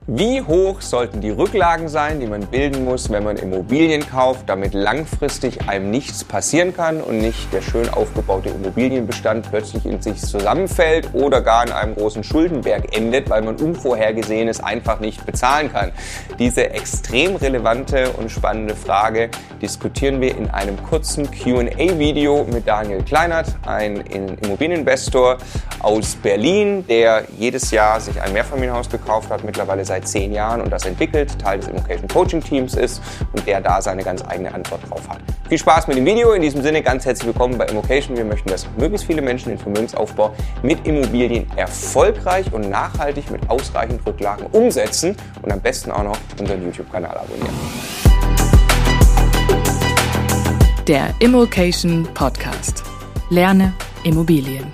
Wie hoch sollten die Rücklagen sein, die man bilden muss, wenn man Immobilien kauft, damit langfristig einem nichts passieren kann und nicht der schön aufgebaute Immobilienbestand plötzlich in sich zusammenfällt oder gar in einem großen Schuldenberg endet, weil man Unvorhergesehenes einfach nicht bezahlen kann? Diese extrem relevante und spannende Frage diskutieren wir in einem kurzen Q&A-Video mit Daniel Kleinert, ein Immobilieninvestor aus Berlin, der jedes Jahr sich ein Mehrfamilienhaus gekauft hat, mittlerweile seit 10 Jahren und das entwickelt, Teil des Immocation Coaching Teams ist und der da seine ganz eigene Antwort drauf hat. Viel Spaß mit dem Video. In diesem Sinne ganz herzlich willkommen bei Immocation. Wir möchten, dass möglichst viele Menschen den Vermögensaufbau mit Immobilien erfolgreich und nachhaltig mit ausreichend Rücklagen umsetzen und am besten auch noch unseren YouTube-Kanal abonnieren. Der Immocation Podcast. Lerne Immobilien.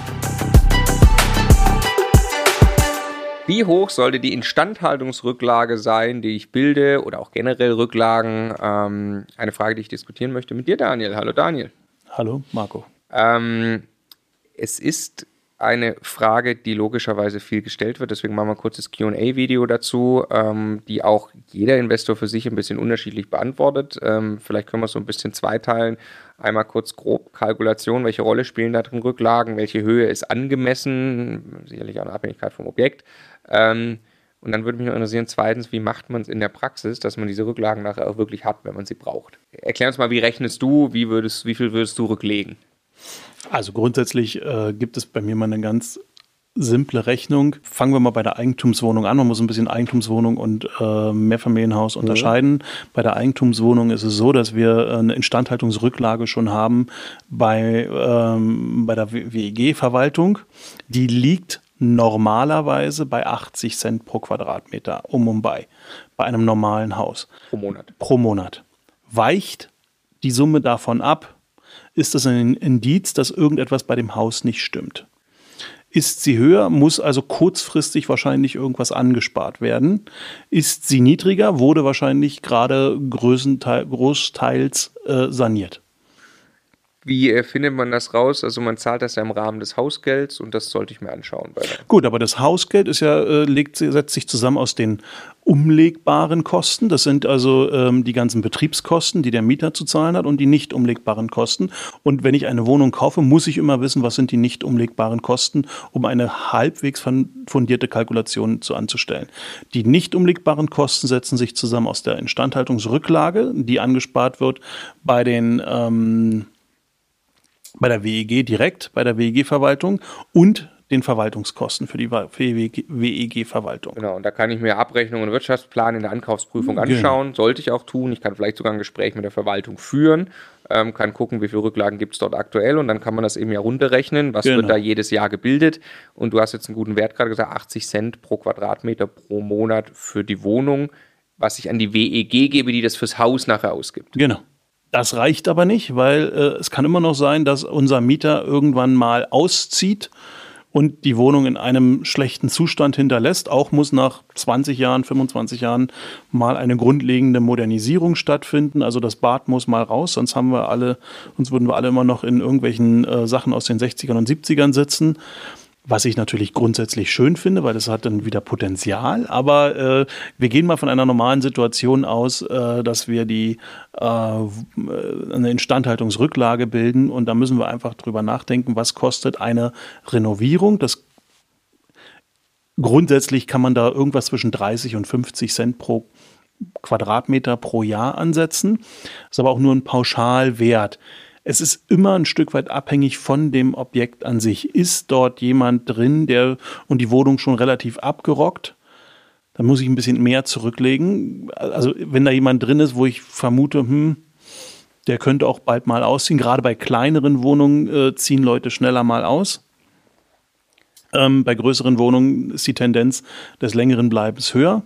Wie hoch sollte die Instandhaltungsrücklage sein, die ich bilde, oder auch generell Rücklagen? Eine Frage, die ich diskutieren möchte mit dir, Daniel. Hallo, Daniel. Hallo, Marco. Es ist eine Frage, die logischerweise viel gestellt wird. Deswegen machen wir ein kurzes Q&A-Video dazu, die auch jeder Investor für sich ein bisschen unterschiedlich beantwortet. Vielleicht können wir es so ein bisschen zweiteilen. Einmal kurz grob Kalkulation, welche Rolle spielen da drin Rücklagen, welche Höhe ist angemessen, sicherlich auch eine Abhängigkeit vom Objekt. Und dann würde mich noch interessieren, zweitens, wie macht man es in der Praxis, dass man diese Rücklagen nachher auch wirklich hat, wenn man sie braucht? Erklär uns mal, wie rechnest du, wie viel würdest du rücklegen? Also grundsätzlich gibt es bei mir mal eine ganz simple Rechnung. Fangen wir mal bei der Eigentumswohnung an. Man muss ein bisschen Eigentumswohnung und Mehrfamilienhaus unterscheiden. Bei der Eigentumswohnung ist es so, dass wir eine Instandhaltungsrücklage schon haben bei der WEG-Verwaltung. Die liegt normalerweise bei 80 Cent pro Quadratmeter bei einem normalen Haus. Pro Monat. Weicht die Summe davon ab, ist das ein Indiz, dass irgendetwas bei dem Haus nicht stimmt. Ist sie höher, muss also kurzfristig wahrscheinlich irgendwas angespart werden. Ist sie niedriger, wurde wahrscheinlich gerade großteils saniert. Wie findet man das raus? Also man zahlt das ja im Rahmen des Hausgelds und das sollte ich mir anschauen. Gut, aber das Hausgeld ist ja, setzt sich zusammen aus den umlegbaren Kosten. Das sind also die ganzen Betriebskosten, die der Mieter zu zahlen hat, und die nicht umlegbaren Kosten. Und wenn ich eine Wohnung kaufe, muss ich immer wissen, was sind die nicht umlegbaren Kosten, um eine halbwegs fundierte Kalkulation anzustellen. Die nicht umlegbaren Kosten setzen sich zusammen aus der Instandhaltungsrücklage, die angespart wird bei der WEG direkt, bei der WEG-Verwaltung und den Verwaltungskosten für die WEG-Verwaltung. Genau, und da kann ich mir Abrechnung und Wirtschaftsplan in der Ankaufsprüfung anschauen. Genau. Sollte ich auch tun. Ich kann vielleicht sogar ein Gespräch mit der Verwaltung führen, kann gucken, wie viele Rücklagen gibt es dort aktuell, und dann kann man das eben ja runterrechnen, was wird da jedes Jahr gebildet. Und du hast jetzt einen guten Wert gerade gesagt, 80 Cent pro Quadratmeter pro Monat für die Wohnung, was ich an die WEG gebe, die das fürs Haus nachher ausgibt. Genau. Das reicht aber nicht, weil es kann immer noch sein, dass unser Mieter irgendwann mal auszieht und die Wohnung in einem schlechten Zustand hinterlässt. Auch muss nach 20 Jahren, 25 Jahren mal eine grundlegende Modernisierung stattfinden. Also das Bad muss mal raus, sonst würden wir alle immer noch in irgendwelchen Sachen aus den 60ern und 70ern sitzen. Was ich natürlich grundsätzlich schön finde, weil das hat dann wieder Potenzial. Aber wir gehen mal von einer normalen Situation aus, dass wir eine Instandhaltungsrücklage bilden. Und da müssen wir einfach drüber nachdenken, was kostet eine Renovierung. Grundsätzlich kann man da irgendwas zwischen 30 und 50 Cent pro Quadratmeter pro Jahr ansetzen. Das ist aber auch nur ein Pauschalwert. Es ist immer ein Stück weit abhängig von dem Objekt an sich. Ist dort jemand drin, und die Wohnung schon relativ abgerockt, dann muss ich ein bisschen mehr zurücklegen. Also wenn da jemand drin ist, wo ich vermute, der könnte auch bald mal ausziehen. Gerade bei kleineren Wohnungen ziehen Leute schneller mal aus. Bei größeren Wohnungen ist die Tendenz des längeren Bleibens höher.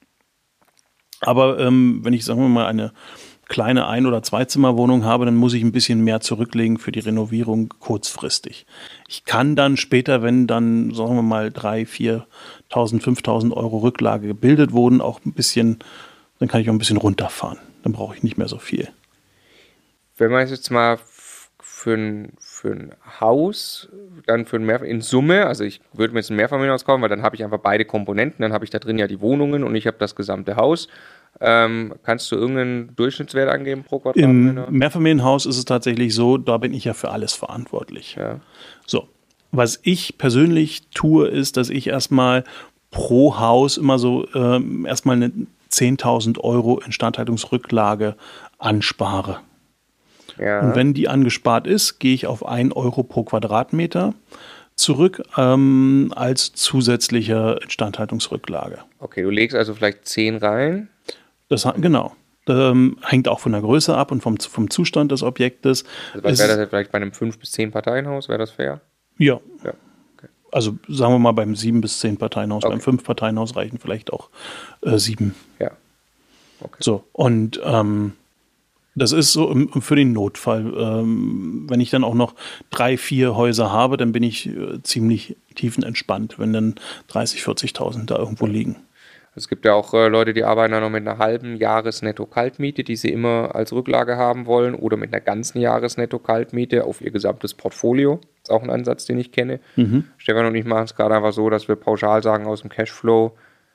Aber wenn ich, sagen wir mal, eine kleine Ein- oder Zweizimmerwohnung habe, dann muss ich ein bisschen mehr zurücklegen für die Renovierung kurzfristig. Ich kann dann später, wenn dann, sagen wir mal, 3.000, 4.000, 5.000 Euro Rücklage gebildet wurden, dann kann ich auch ein bisschen runterfahren. Dann brauche ich nicht mehr so viel. Wenn man es jetzt mal für ein Haus, dann in Summe, also ich würde mir jetzt ein Mehrfamilienhaus kaufen, weil dann habe ich einfach beide Komponenten, dann habe ich da drin ja die Wohnungen und ich habe das gesamte Haus. Kannst du irgendeinen Durchschnittswert angeben pro Quadratmeter? Im Mehrfamilienhaus ist es tatsächlich so, da bin ich ja für alles verantwortlich. Ja. So, was ich persönlich tue, ist, dass ich erstmal pro Haus immer so erstmal eine 10.000 € Instandhaltungsrücklage anspare. Ja. Und wenn die angespart ist, gehe ich auf 1 € pro Quadratmeter zurück als zusätzliche Instandhaltungsrücklage. Okay, du legst also vielleicht 10 rein. Genau. Hängt auch von der Größe ab und vom Zustand des Objektes. Also was wäre das jetzt vielleicht bei einem 5 bis 10 Parteienhaus? Wäre das fair? Ja. Ja. Okay. Also sagen wir mal beim 7 bis 10 Parteienhaus. Okay. Beim 5 Parteienhaus reichen vielleicht auch 7. Ja. Okay. So, und das ist so für den Notfall. Wenn ich dann auch noch 3, 4 Häuser habe, dann bin ich ziemlich tiefenentspannt, wenn dann 30.000, 40.000 da irgendwo liegen. Es gibt ja auch Leute, die arbeiten dann noch mit einer halben Jahres-Netto-Kaltmiete, die sie immer als Rücklage haben wollen, oder mit einer ganzen Jahres-Netto-Kaltmiete auf ihr gesamtes Portfolio. Das ist auch ein Ansatz, den ich kenne. Stefan und ich machen es gerade einfach so, dass wir pauschal sagen, aus dem Cashflow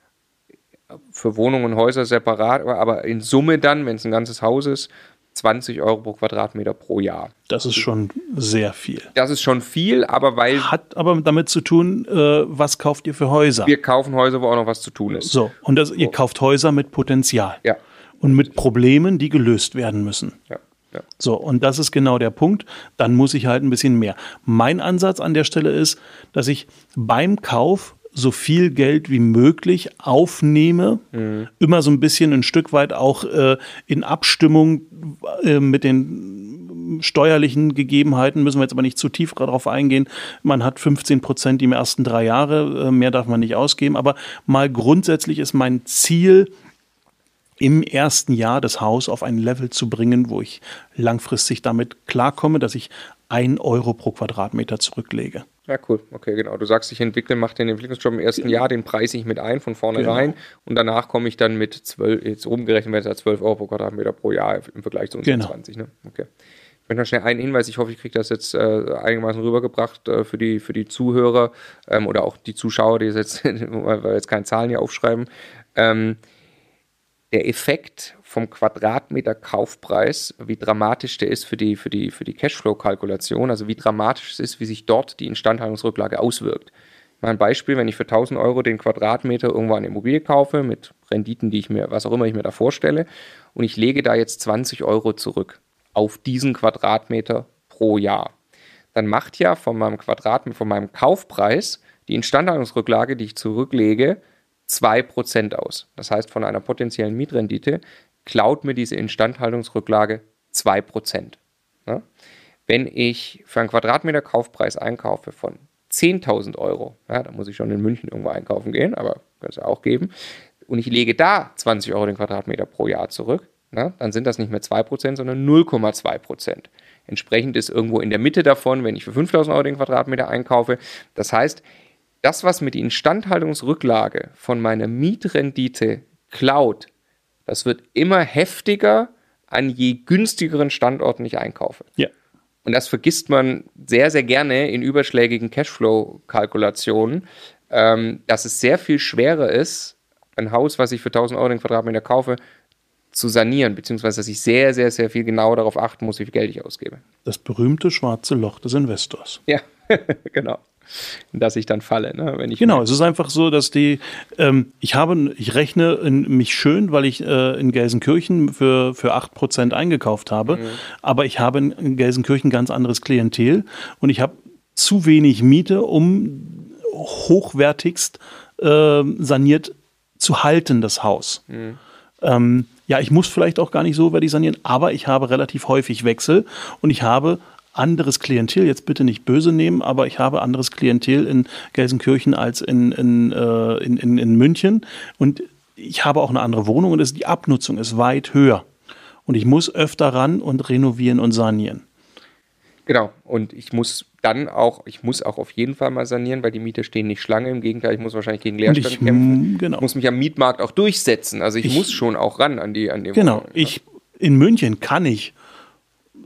für Wohnungen und Häuser separat, aber in Summe dann, wenn es ein ganzes Haus ist, 20 € pro Quadratmeter pro Jahr. Das ist schon sehr viel. Das ist schon viel, aber Hat aber damit zu tun, was kauft ihr für Häuser? Wir kaufen Häuser, wo auch noch was zu tun ist. So, und ihr kauft Häuser mit Potenzial. Ja. Und mit Problemen, die gelöst werden müssen. Ja. So, und das ist genau der Punkt. Dann muss ich halt ein bisschen mehr. Mein Ansatz an der Stelle ist, dass ich beim Kauf so viel Geld wie möglich aufnehme, immer so ein Stück weit auch in Abstimmung mit den steuerlichen Gegebenheiten, müssen wir jetzt aber nicht zu tief darauf eingehen. Man hat 15% die ersten 3 Jahre, mehr darf man nicht ausgeben, aber mal grundsätzlich ist mein Ziel, im ersten Jahr das Haus auf ein Level zu bringen, wo ich langfristig damit klarkomme, dass ich 1 € pro Quadratmeter zurücklege. Ja, cool. Okay, genau. Du sagst, mache den Entwicklungsjob im ersten Jahr, den preise ich mit ein von vornherein und danach komme ich dann mit 12, jetzt umgerechnet wäre es ja 12 € pro Quadratmeter pro Jahr im Vergleich zu unseren 20. Ne? Okay. Ich möchte noch schnell einen Hinweis, ich hoffe, ich kriege das jetzt einigermaßen rübergebracht für die Zuhörer oder auch die Zuschauer, die jetzt, weil wir jetzt keine Zahlen hier aufschreiben. Der Effekt vom Quadratmeter Kaufpreis, wie dramatisch der ist für die Cashflow-Kalkulation, also wie dramatisch es ist, wie sich dort die Instandhaltungsrücklage auswirkt. Mal ein Beispiel, wenn ich für 1.000 € den Quadratmeter irgendwo eine Immobilie kaufe, mit Renditen, was auch immer ich mir da vorstelle, und ich lege da jetzt 20 € zurück auf diesen Quadratmeter pro Jahr, dann macht ja von meinem Kaufpreis die Instandhaltungsrücklage, die ich zurücklege, 2% aus. Das heißt, von einer potenziellen Mietrendite klaut mir diese Instandhaltungsrücklage 2%. Ja? Wenn ich für einen Quadratmeter Kaufpreis einkaufe von 10.000 €, ja, da muss ich schon in München irgendwo einkaufen gehen, aber kann es ja auch geben, und ich lege da 20 € den Quadratmeter pro Jahr zurück, ja, dann sind das nicht mehr 2%, sondern 0,2%. Entsprechend ist irgendwo in der Mitte davon, wenn ich für 5.000 € den Quadratmeter einkaufe. Das heißt, das, was mir die Instandhaltungsrücklage von meiner Mietrendite klaut, das wird immer heftiger an je günstigeren Standorten ich einkaufe. Ja. Und das vergisst man sehr, sehr gerne in überschlägigen Cashflow-Kalkulationen, dass es sehr viel schwerer ist, ein Haus, was ich für 1.000 € den Quadratmeter kaufe, zu sanieren, beziehungsweise dass ich sehr, sehr, sehr viel genauer darauf achten muss, wie viel Geld ich ausgebe. Das berühmte schwarze Loch des Investors. Ja, genau. Dass ich dann falle. Ne? Genau, es ist einfach so, dass ich rechne mich schön, weil ich in Gelsenkirchen für 8% eingekauft habe, aber ich habe in Gelsenkirchen ganz anderes Klientel und ich habe zu wenig Miete, um hochwertigst saniert zu halten, das Haus. Ja, ich muss vielleicht auch gar nicht so wertig sanieren, aber ich habe relativ häufig Wechsel und ich habe anderes Klientel, jetzt bitte nicht böse nehmen, aber ich habe anderes Klientel in Gelsenkirchen als in München und ich habe auch eine andere Wohnung und die Abnutzung ist weit höher und ich muss öfter ran und renovieren und sanieren. Genau, und ich muss auch auf jeden Fall mal sanieren, weil die Mieter stehen nicht Schlange, im Gegenteil, ich muss wahrscheinlich gegen Leerstand kämpfen. Genau. Ich muss mich am Mietmarkt auch durchsetzen, also ich muss schon auch ran an die Genau, Wohnung. In München kann ich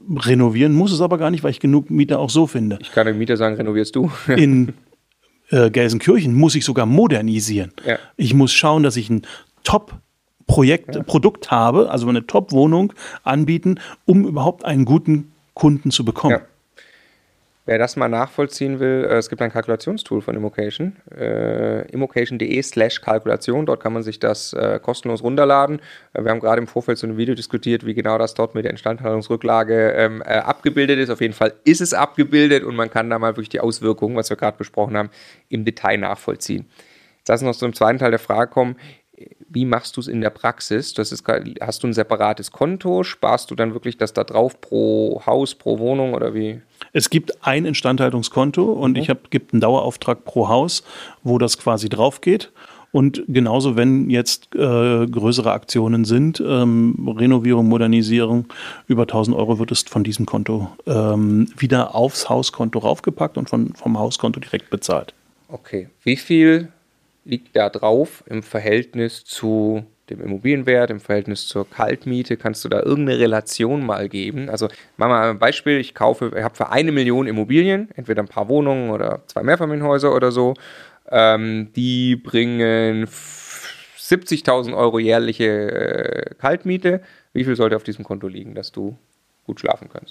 renovieren muss es aber gar nicht, weil ich genug Mieter auch so finde. Ich kann dem Mieter sagen, renovierst du. In Gelsenkirchen muss ich sogar modernisieren. Ja. Ich muss schauen, dass ich ein Top-Produkt habe, also eine Top-Wohnung anbieten, um überhaupt einen guten Kunden zu bekommen. Ja. Wer das mal nachvollziehen will, es gibt ein Kalkulationstool von Immocation, immocation.de/Kalkulation, dort kann man sich das kostenlos runterladen. Wir haben gerade im Vorfeld so ein Video diskutiert, wie genau das dort mit der Instandhaltungsrücklage abgebildet ist. Auf jeden Fall ist es abgebildet und man kann da mal wirklich die Auswirkungen, was wir gerade besprochen haben, im Detail nachvollziehen. Jetzt lass uns noch zum zweiten Teil der Frage kommen. Wie machst du es in der Praxis? Hast du ein separates Konto? Sparst du dann wirklich das da drauf pro Haus, pro Wohnung oder wie? Es gibt ein Instandhaltungskonto und gibt einen Dauerauftrag pro Haus, wo das quasi drauf geht. Und genauso, wenn jetzt größere Aktionen sind, Renovierung, Modernisierung, über 1.000 Euro wird es von diesem Konto wieder aufs Hauskonto raufgepackt und vom Hauskonto direkt bezahlt. Okay. Wie viel liegt da drauf im Verhältnis zu dem Immobilienwert, im Verhältnis zur Kaltmiete? Kannst du da irgendeine Relation mal geben? Also machen wir mal ein Beispiel, ich habe für 1 Million Immobilien, entweder ein paar Wohnungen oder 2 Mehrfamilienhäuser oder so, die bringen 70.000 Euro jährliche Kaltmiete. Wie viel sollte auf diesem Konto liegen, dass du gut schlafen kannst?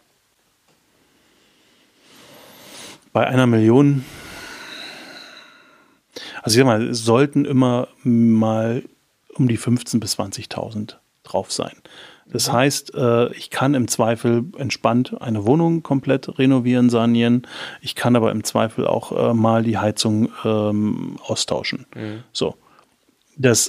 Bei 1 Million... Also ich sag mal, es sollten immer mal um die 15.000 bis 20.000 drauf sein. Das heißt, ich kann im Zweifel entspannt eine Wohnung komplett renovieren, sanieren. Ich kann aber im Zweifel auch mal die Heizung austauschen. So. Das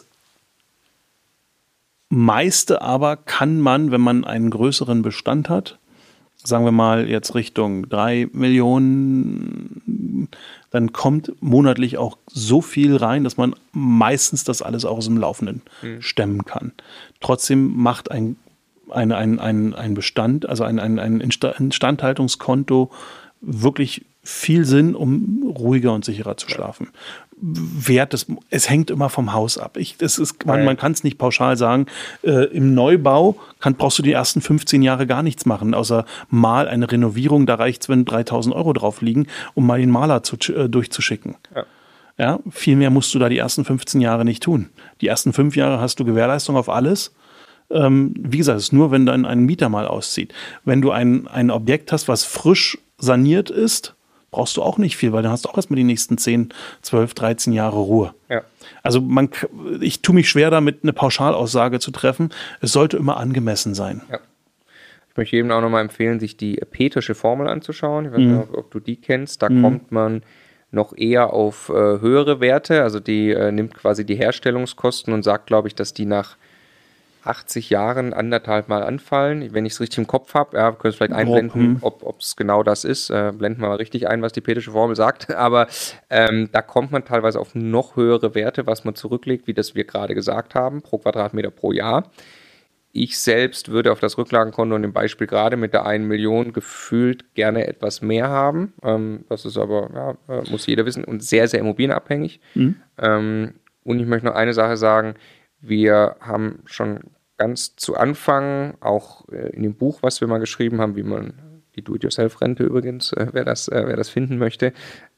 meiste aber kann man, wenn man einen größeren Bestand hat, sagen wir mal jetzt Richtung 3 Millionen, dann kommt monatlich auch so viel rein, dass man meistens das alles auch aus dem Laufenden stemmen kann. Trotzdem macht ein Bestand, also ein Instandhaltungskonto wirklich viel Sinn, um ruhiger und sicherer zu schlafen. Es hängt immer vom Haus ab. Man kann es nicht pauschal sagen. Im Neubau brauchst du die ersten 15 Jahre gar nichts machen, außer mal eine Renovierung. Da reicht es, wenn 3.000 Euro drauf liegen, um mal den Maler durchzuschicken. Ja, viel mehr musst du da die ersten 15 Jahre nicht tun. Die ersten 5 Jahre hast du Gewährleistung auf alles. Wie gesagt, es ist nur, wenn dann ein Mieter mal auszieht. Wenn du ein Objekt hast, was frisch saniert ist, brauchst du auch nicht viel, weil dann hast du auch erstmal die nächsten 10, 12, 13 Jahre Ruhe. Ja. Also ich tue mich schwer damit, eine Pauschalaussage zu treffen. Es sollte immer angemessen sein. Ja. Ich möchte jedem auch nochmal empfehlen, sich die Petrische Formel anzuschauen. Ich weiß nicht, ob du die kennst. Da kommt man noch eher auf höhere Werte. Also die nimmt quasi die Herstellungskosten und sagt, glaube ich, dass die nach 80 Jahren 1,5 Mal anfallen. Wenn ich es richtig im Kopf habe, wir können es vielleicht einblenden, ob es genau das ist. Blenden wir mal richtig ein, was die Petrische Formel sagt. Aber da kommt man teilweise auf noch höhere Werte, was man zurücklegt, wie das wir gerade gesagt haben, pro Quadratmeter pro Jahr. Ich selbst würde auf das Rücklagenkonto in dem Beispiel gerade mit der 1 Million gefühlt gerne etwas mehr haben. Das ist aber, muss jeder wissen, und sehr, sehr immobilienabhängig. Und ich möchte noch eine Sache sagen. Wir haben schon ganz zu Anfang, auch in dem Buch, was wir mal geschrieben haben, wie man die Do-it-yourself-Rente übrigens, wer das finden möchte,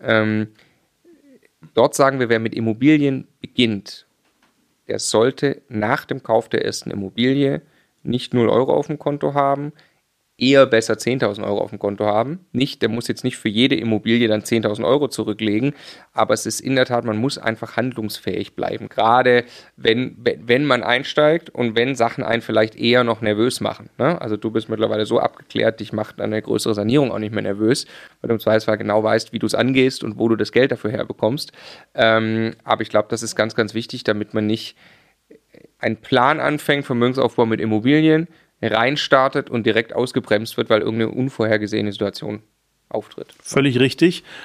dort sagen wir, wer mit Immobilien beginnt, der sollte nach dem Kauf der ersten Immobilie nicht 0 Euro auf dem Konto haben, eher besser 10.000 Euro auf dem Konto haben. Der muss jetzt nicht für jede Immobilie dann 10.000 Euro zurücklegen, aber es ist in der Tat, man muss einfach handlungsfähig bleiben, gerade wenn man einsteigt und wenn Sachen einen vielleicht eher noch nervös machen. Ne? Also du bist mittlerweile so abgeklärt, dich macht eine größere Sanierung auch nicht mehr nervös, weil du im Zweifelsfall genau weißt, wie du es angehst und wo du das Geld dafür herbekommst. Aber ich glaube, das ist ganz, ganz wichtig, damit man nicht einen Plan anfängt, Vermögensaufbau mit Immobilien, reinstartet und direkt ausgebremst wird, weil irgendeine unvorhergesehene Situation auftritt. Völlig richtig.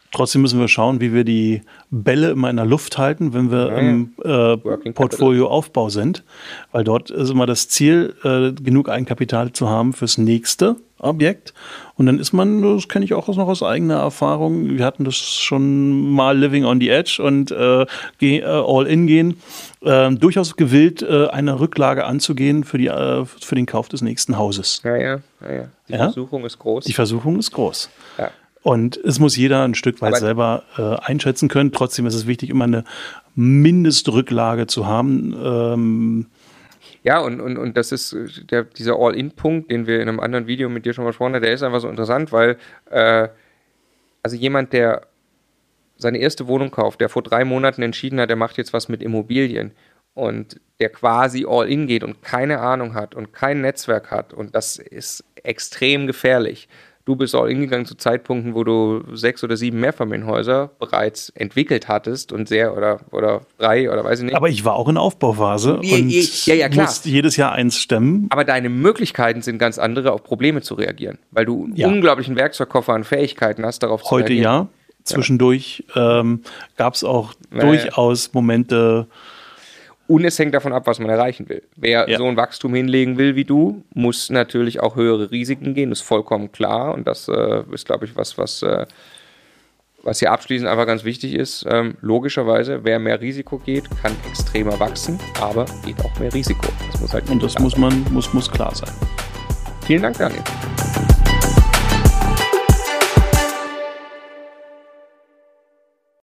Trotzdem müssen wir schauen, wie wir die Bälle immer in der Luft halten, wenn wir im Portfolioaufbau sind. Weil dort ist immer das Ziel, genug Eigenkapital zu haben fürs nächste Objekt. Und dann ist man, das kenne ich auch noch aus eigener Erfahrung, wir hatten das schon mal Living on the Edge und All-In gehen, durchaus gewillt, eine Rücklage anzugehen für den Kauf des nächsten Hauses. Ja. Die Versuchung ist groß. Die Versuchung ist groß. Ja. Und es muss jeder ein Stück weit selber einschätzen können. Trotzdem ist es wichtig, immer eine Mindestrücklage zu haben. Ja, und das ist dieser All-In-Punkt, den wir in einem anderen Video mit dir schon besprochen haben, der ist einfach so interessant, weil also jemand, der seine erste Wohnung kauft, der vor 3 Monaten entschieden hat, er macht jetzt was mit Immobilien und der quasi All-In geht und keine Ahnung hat und kein Netzwerk hat und das ist extrem gefährlich. Du bist All-In gegangen zu Zeitpunkten, wo du 6 oder 7 Mehrfamilienhäuser bereits entwickelt hattest und oder 3 oder weiß ich nicht. Aber ich war auch in Aufbauphase und klar. musste jedes Jahr eins stemmen. Aber deine Möglichkeiten sind ganz andere, auf Probleme zu reagieren, weil du einen unglaublichen Werkzeugkoffer an Fähigkeiten hast, darauf zu reagieren. Heute ja. Zwischendurch gab es auch durchaus Momente. Und es hängt davon ab, was man erreichen will. Wer so ein Wachstum hinlegen will wie du, muss natürlich auch höhere Risiken gehen, ist vollkommen klar. Und das ist, glaube ich, was hier abschließend einfach ganz wichtig ist. Logischerweise, wer mehr Risiko geht, kann extremer wachsen, aber geht auch mehr Risiko. Das muss halt muss klar sein. Vielen Dank, Daniel.